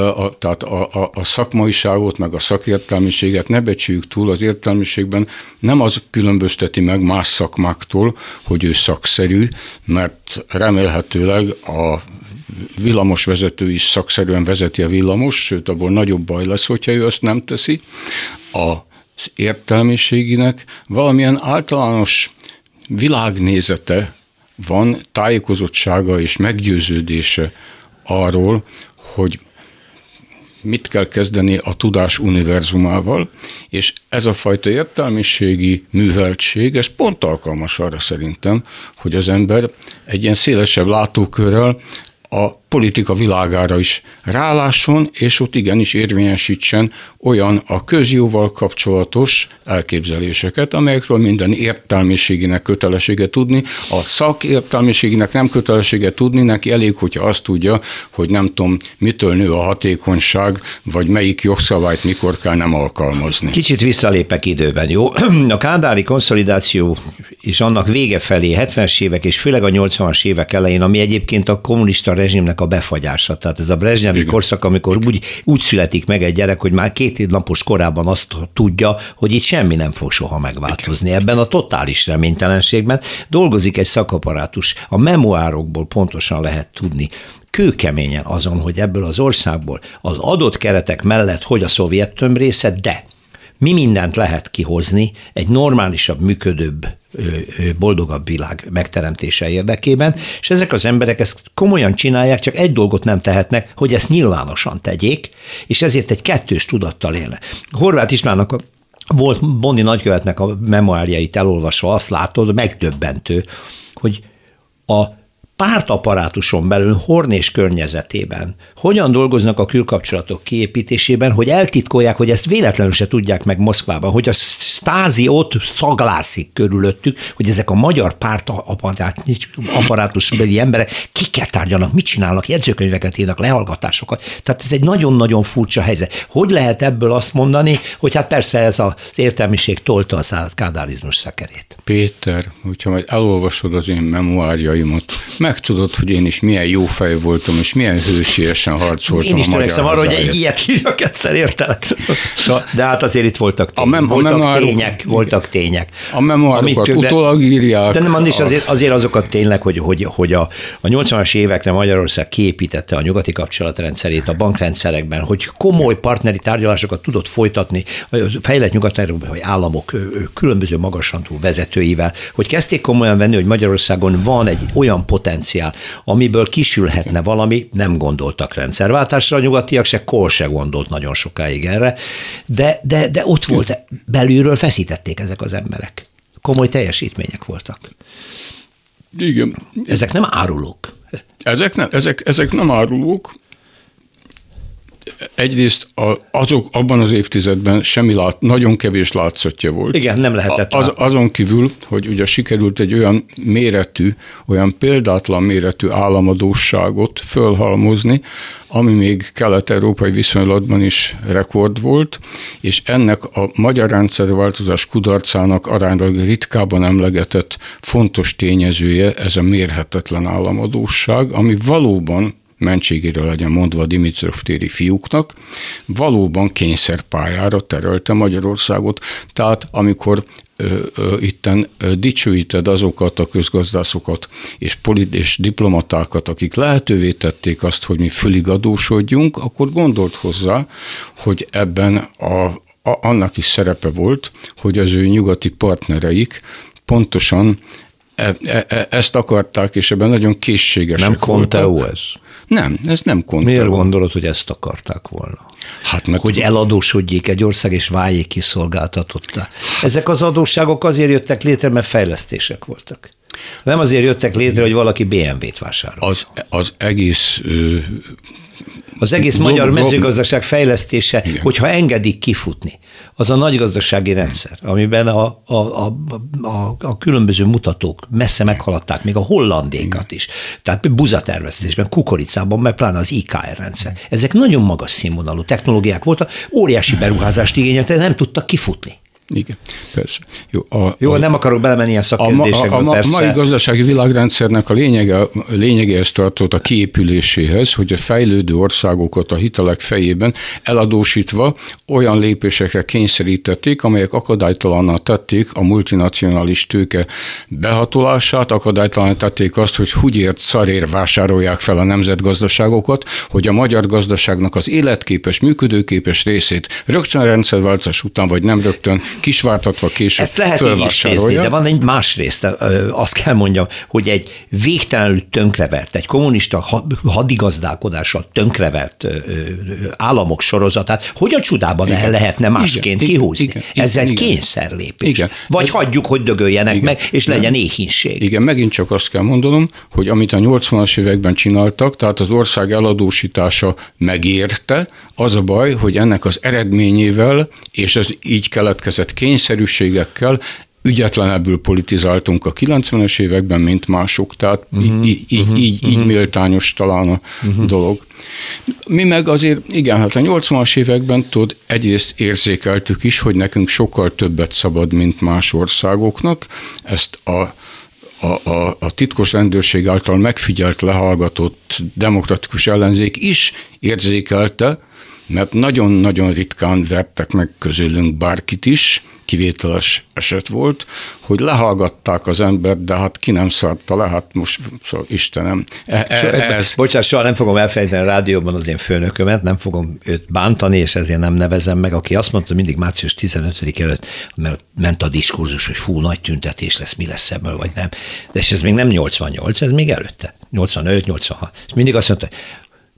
a szakmaiságot, meg a szakértelmiséget ne becsüljük túl, az értelmiségben nem az különbözteti meg más szakmáktól, hogy ő szakszerű, mert remélhetőleg a villamosvezető is szakszerűen vezeti a villamos, sőt, abból nagyobb baj lesz, hogyha ő ezt nem teszi. Az értelmiséginek valamilyen általános világnézete van, tájékozottsága és meggyőződése arról, hogy mit kell kezdeni a tudás univerzumával, és ez a fajta értelmiségi műveltség, ez pont alkalmas arra szerintem, hogy az ember egy ilyen szélesebb látókörrel a politika világára is rálásson, és ott igenis érvényesítsen olyan a közjóval kapcsolatos elképzeléseket, amelyekről minden értelmiségének kötelessége tudni. A szakértelmiségének nem kötelessége tudni, neki elég, hogyha azt tudja, hogy nem tudom, mitől nő a hatékonyság, vagy melyik jogszabályt mikor kell nem alkalmazni. Kicsit visszalépek időben, jó? A kádári konszolidáció és annak vége felé, 70-es évek és főleg a 80-as évek elején, ami egyébként a kommunista rezsimnek a befagyása. Tehát ez a brezsnyevi korszak, amikor úgy születik meg egy gyerek, hogy már 2 napos korában azt tudja, hogy itt semmi nem fog soha megváltozni. Ebben a totális reménytelenségben dolgozik egy szakapparátus. A memoárokból pontosan lehet tudni, kőkeményen azon, hogy ebből az országból az adott keretek mellett, hogy a szovjet tömbrészet, de mi mindent lehet kihozni egy normálisabb, működőbb, boldogabb világ megteremtése érdekében, és ezek az emberek ezt komolyan csinálják, csak egy dolgot nem tehetnek, hogy ezt nyilvánosan tegyék, és ezért egy kettős tudattal élnek. Horváth Istvánnak volt Bondi nagykövetnek a memoárjait elolvasva, azt látod, megdöbbentő, hogy a pártaparátuson belül, Horn és környezetében hogyan dolgoznak a külkapcsolatok kiépítésében, hogy eltitkolják, hogy ezt véletlenül se tudják meg Moszkvában, hogy a Stasi ott szaglászik körülöttük, hogy ezek a magyar pártaparátusbeli emberek kikkel tárgyalnak, mit csinálnak, jegyzőkönyveket írnak, lehallgatásokat. Tehát ez egy nagyon-nagyon furcsa helyzet. Hogy lehet ebből azt mondani, hogy hát persze ez az értelmiség tolta a kádárizmus szekerét. Péter, hogyha majd elolvasod az én memoárjaimat, megtudod, hogy én is milyen jó fej voltam, és milyen hősiesen harcoltam. Én is törekszem arra, hogy egy ilyet írjak, egyszer értelek. De hát azért itt voltak tények. Voltak tények. A memoárokat utólag írják. De nem is azért azokat tényleg, hogy a 80-as évekre Magyarország kiépítette a nyugati kapcsolatrendszerét a bankrendszerekben, hogy komoly partneri tárgyalásokat tudott folytatni a fejlett nyugat-európai államok különböző magasrangú vezetőivel, hogy kezdték komolyan venni, hogy Magyarországon van egy olyan potenciál, amiből kisülhetne valami, nem gondoltak rendszerváltásra, a nyugatiak se, Kohl se gondolt nagyon sokáig erre, de ott volt, belülről feszítették ezek az emberek. Komoly teljesítmények voltak. Igen. Ezek nem árulók. Ezek nem árulók. Egyrészt azok abban az évtizedben nagyon kevés látszatja volt. Igen, nem lehetett azon kívül, hogy ugye sikerült egy olyan méretű, olyan példátlan méretű államadósságot fölhalmozni, ami még kelet-európai viszonylatban is rekord volt, és ennek a magyar rendszerváltozás kudarcának aránylag ritkában emlegetett fontos tényezője ez a mérhetetlen államadósság, ami valóban mentségére legyen mondva a Dimitrov téri fiúknak, valóban kényszerpályára terelte Magyarországot. Tehát amikor itten dicsőíted azokat a közgazdászokat és diplomatákat, akik lehetővé tették azt, hogy mi föligadósodjunk, akkor gondolt hozzá, hogy ebben annak is szerepe volt, hogy az ő nyugati partnereik pontosan ezt akarták, és ebben nagyon készségesek voltak. Nem Conteo ez? Nem, ez nem Conteo. Miért gondolod, hogy ezt akarták volna? Hát, mert hogy eladósodjék egy ország, és váljék kiszolgáltatottá. Ezek az adósságok azért jöttek létre, mert fejlesztések voltak. Nem azért jöttek létre, hogy valaki BMW-t vásárol. Az egész magyar mezőgazdaság fejlesztése, igen, hogyha engedik kifutni, az a nagygazdasági rendszer, amiben a különböző mutatók messze meghaladták, még a hollandékat is. Tehát buzatermesztésben, kukoricában, meg pláne az IKR rendszer. Ezek nagyon magas színvonalú technológiák voltak, óriási beruházást igényeltek, nem tudtak kifutni. Igen, persze. Jó, nem akarok belemenni ilyen szakkérdésekbe, persze. A mai gazdasági világrendszernek a lényegehez tartott a kiépüléséhez, hogy a fejlődő országokat a hitelek fejében eladósítva olyan lépésekre kényszerítették, amelyek akadálytalanná tették a multinacionális tőke behatolását, akadálytalanná tették azt, hogy húgyért szarért vásárolják fel a nemzetgazdaságokat, hogy a magyar gazdaságnak az életképes, működőképes részét rögtön a rendszerváltás után, vagy nem rögtön kisváltatva később fölvásárolja. Ezt lehet így is nézni, de van egy más rész, azt kell mondjam, hogy egy végtelenül tönkrevert, egy kommunista hadigazdálkodással tönkrevert államok sorozatát, hogy a csodában el lehetne másként kihúzni? Ez egy kényszerlépés. Igen. Vagy hagyjuk, hogy dögöljenek meg, és legyen éhínség. Igen, megint csak azt kell mondanom, hogy amit a 80-as években csináltak, tehát az ország eladósítása megérte, az a baj, hogy ennek az eredményével, és az így keletkezett kényszerűségekkel ügyetlenebbül politizáltunk a 90-es években, mint mások, tehát így méltányos talán a dolog. Mi meg azért, igen, hát a 80-as években egyrészt érzékeltük is, hogy nekünk sokkal többet szabad, mint más országoknak, ezt a titkos rendőrség által megfigyelt, lehallgatott demokratikus ellenzék is érzékelte, mert nagyon-nagyon ritkán vertek meg közülünk bárkit is, kivételes eset volt, hogy lehallgatták az embert, de hát ki nem szarta le, hát most szóval Istenem. Bocsánat, soha nem fogom elfelejteni a rádióban az én főnökömet, nem fogom őt bántani, és ezért nem nevezem meg, aki azt mondta mindig március 15 előtt, mert ment a diskurzus, hogy fú, nagy tüntetés lesz, mi lesz ebből, vagy nem. De és ez még nem 88, ez még előtte. 85, 86. És mindig azt mondta,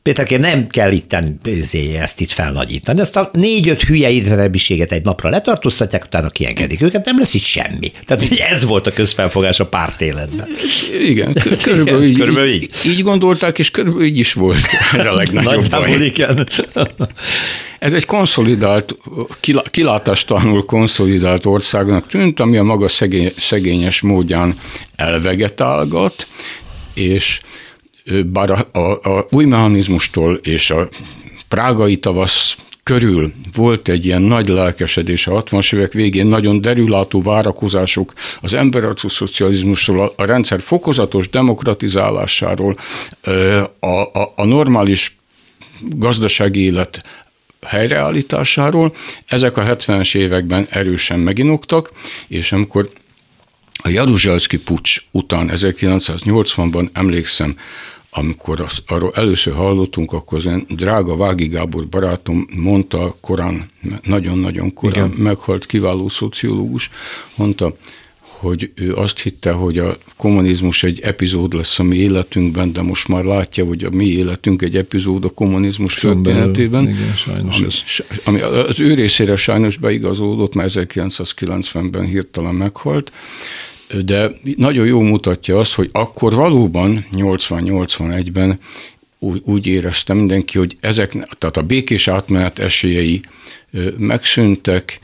Péterkém, nem kell ezt itt felnagyítani. Ezt a 4-5 hülye idrebiséget egy napra letartóztatják, utána kiengedik őket, nem lesz itt semmi. Tehát ez volt a közfelfogás a pártéletben. Igen, körülbelül így gondolták, és körülbelül így is volt a legnagyobb baj. Igen. Ez egy konszolidált, kilátástalanul konszolidált országnak tűnt, ami a maga szegényes módján elvegetálgat, és bár a új mechanizmustól és a prágai tavasz körül volt egy ilyen nagy lelkesedés a 60-as évek végén, nagyon derülátó várakozások az emberarcú szocializmusról, a rendszer fokozatos demokratizálásáról, a normális gazdasági élet helyreállításáról. Ezek a 70-es években erősen meginoktak, és amikor a Jaruzelszky puccs után 1980-ban emlékszem, amikor arról először hallottunk, akkor az drága Vági Gábor barátom mondta, korán, nagyon-nagyon korán meghalt kiváló szociológus, mondta, hogy ő azt hitte, hogy a kommunizmus egy epizód lesz a mi életünkben, de most már látja, hogy a mi életünk egy epizód a kommunizmus történetében. Igen, sajnos ami az ő részére sajnos beigazódott, mert 1990-ben hirtelen meghalt, de nagyon jól mutatja azt, hogy akkor valóban 80-81-ben úgy érezte mindenki, hogy tehát a békés átmenet esélyei megszűntek,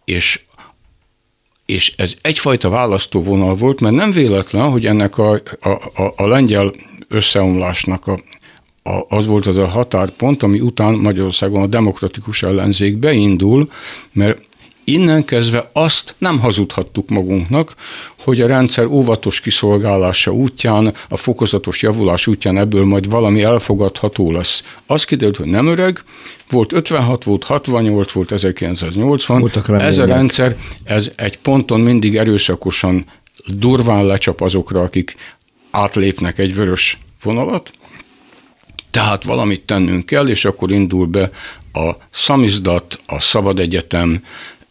és ez egyfajta választóvonal volt, mert nem véletlen, hogy ennek a lengyel összeomlásnak az volt az a határpont, ami után Magyarországon a demokratikus ellenzék beindul, mert innen kezdve azt nem hazudhattuk magunknak, hogy a rendszer óvatos kiszolgálása útján, a fokozatos javulás útján ebből majd valami elfogadható lesz. Az kiderült, hogy nem öreg, volt 56, volt 68, volt 1980. Ez a rendszer, ez egy ponton mindig erőszakosan, durván lecsap azokra, akik átlépnek egy vörös vonalat, tehát valamit tennünk kell, és akkor indul be a szamizdat, a szabad egyetem,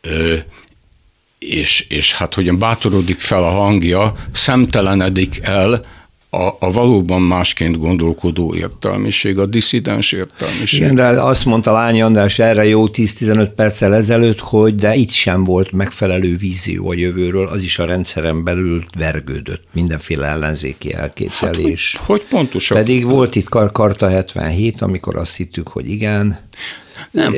és hát hogyan bátorodik fel a hangja, szemtelenedik el a valóban másként gondolkodó értelmiség, a disszidens értelmiség. Igen, de azt mondta Lányi András erre jó 10-15 perccel ezelőtt, hogy de itt sem volt megfelelő vízió a jövőről, az is a rendszeren belül vergődött, mindenféle ellenzéki elképzelés. Hát, hogy pontosan? Pedig volt itt Karta 77, amikor azt hittük, hogy igen. Nem,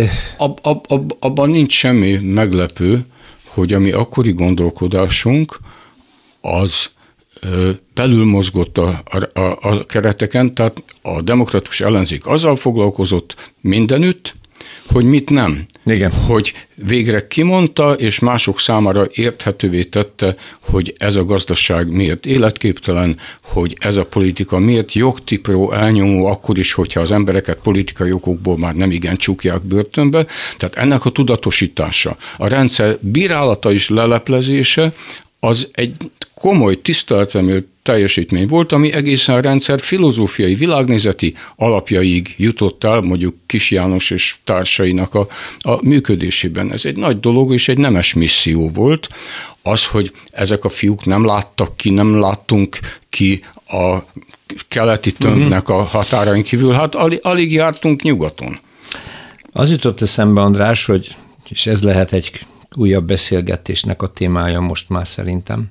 abban nincs semmi meglepő, hogy a mi akkori gondolkodásunk az belül mozgott a kereteken, tehát a demokratikus ellenzék azzal foglalkozott mindenütt, hogy mit nem. Igen. Hogy végre kimondta, és mások számára érthetővé tette, hogy ez a gazdaság miért életképtelen, hogy ez a politika miért jogtipró, elnyomó, akkor is, hogyha az embereket politikai okokból már nem igen csukják börtönbe. Tehát ennek a tudatosítása, a rendszer bírálata és leleplezése, az egy komoly tiszteletremélő teljesítmény volt, ami egészen a rendszer filozófiai, világnézeti alapjaig jutott el, mondjuk Kis János és társainak a működésében. Ez egy nagy dolog, és egy nemes misszió volt. Az, hogy ezek a fiúk nem láttunk ki a keleti tömbnek a határain kívül, hát alig jártunk nyugaton. Az jutott eszembe, András, hogy, és ez lehet egy újabb beszélgetésnek a témája most már szerintem,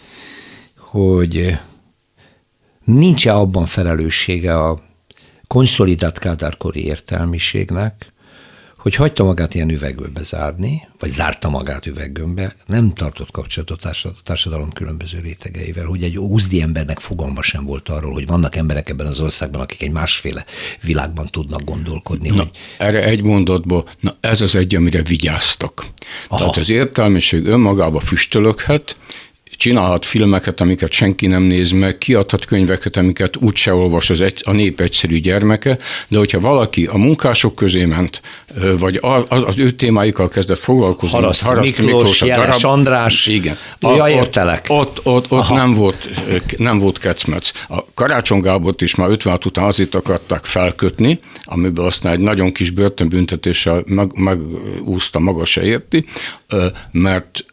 hogy nincs-e abban felelőssége a konszolidált kádárkori értelmiségnek, hogy hagyta magát ilyen üveggömbbe zárni, vagy zárta magát üveggömbbe, nem tartott kapcsolatot a társadalom különböző rétegeivel, hogy egy úzdi embernek fogalma sem volt arról, hogy vannak emberek ebben az országban, akik egy másféle világban tudnak gondolkodni. Na, erre egy mondatban, ez az egy, amire vigyáztak. Aha. Tehát az értelmiség önmagába füstölöghet, csinálhat filmeket, amiket senki nem néz meg, kiadhat könyveket, amiket úgyse olvas a nép egyszerű gyermeke, de hogyha valaki a munkások közé ment, vagy az ő témáikkal kezdett foglalkozni, Haraszti Miklós, Jeles András, igen, értelek. Ott nem volt kecmec. A Karácsony Gábort is már 56 után azért akarták felkötni, amiből aztán egy nagyon kis börtönbüntetéssel megúszta, maga se érti. mert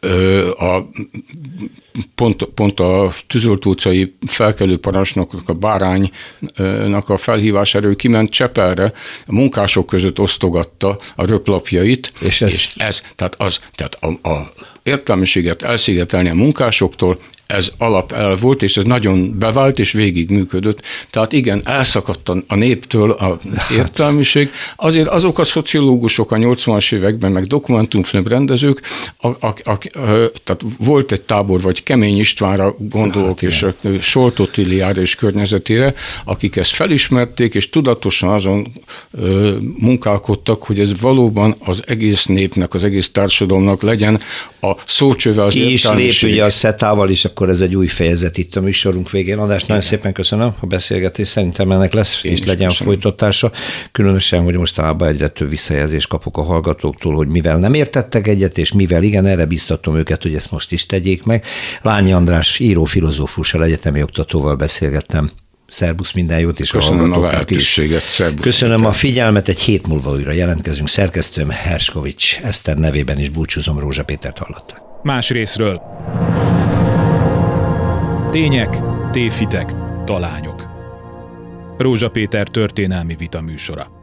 pont a Tűzolt utcai felkelő parancsnoknak, a Báránynak a felhívására, ő kiment Csepelre, a munkások között osztogatta a röplapjait, és ez tehát a értelmiséget elszigetelni a munkásoktól, ez alapelv volt, és ez nagyon bevált, és végig működött. Tehát igen, elszakadt a néptől a értelmiség. Azért azok a szociológusok a 80-as években, meg dokumentumfilm rendezők, tehát volt egy tábor, vagy Kemény Istvánra gondolok, és a Solt Ottíliára és környezetére, akik ezt felismerték, és tudatosan azon munkálkodtak, hogy ez valóban az egész népnek, az egész társadalomnak legyen a szócsöve az értelmiség. És lép ugye a SZETA-val is, akkor ez egy új fejezet itt a műsorunk végén. András, nagyon szépen köszönöm a beszélgetést, szerintem ennek lesz, és legyen köszönöm. Folytatása. Különösen, hogy mostanában egyre több visszajelzést kapok a hallgatóktól, hogy mivel nem értettek egyet, és mivel igen, erre biztatom őket, hogy ezt most is tegyék meg. Lányi András író, filozófussal, egyetemi oktatóval beszélgettem. Szerbusz, minden jót, és köszönöm a hallgatóknak is. Köszönöm a figyelmet, egy hét múlva újra jelentkezünk. Szerkesztőm Herskovics Eszter nevében is búcsúzom, Rózsa Pétert hallották. Más részről. Tények, tévhitek, talányok. Rózsa Péter történelmi vita műsora.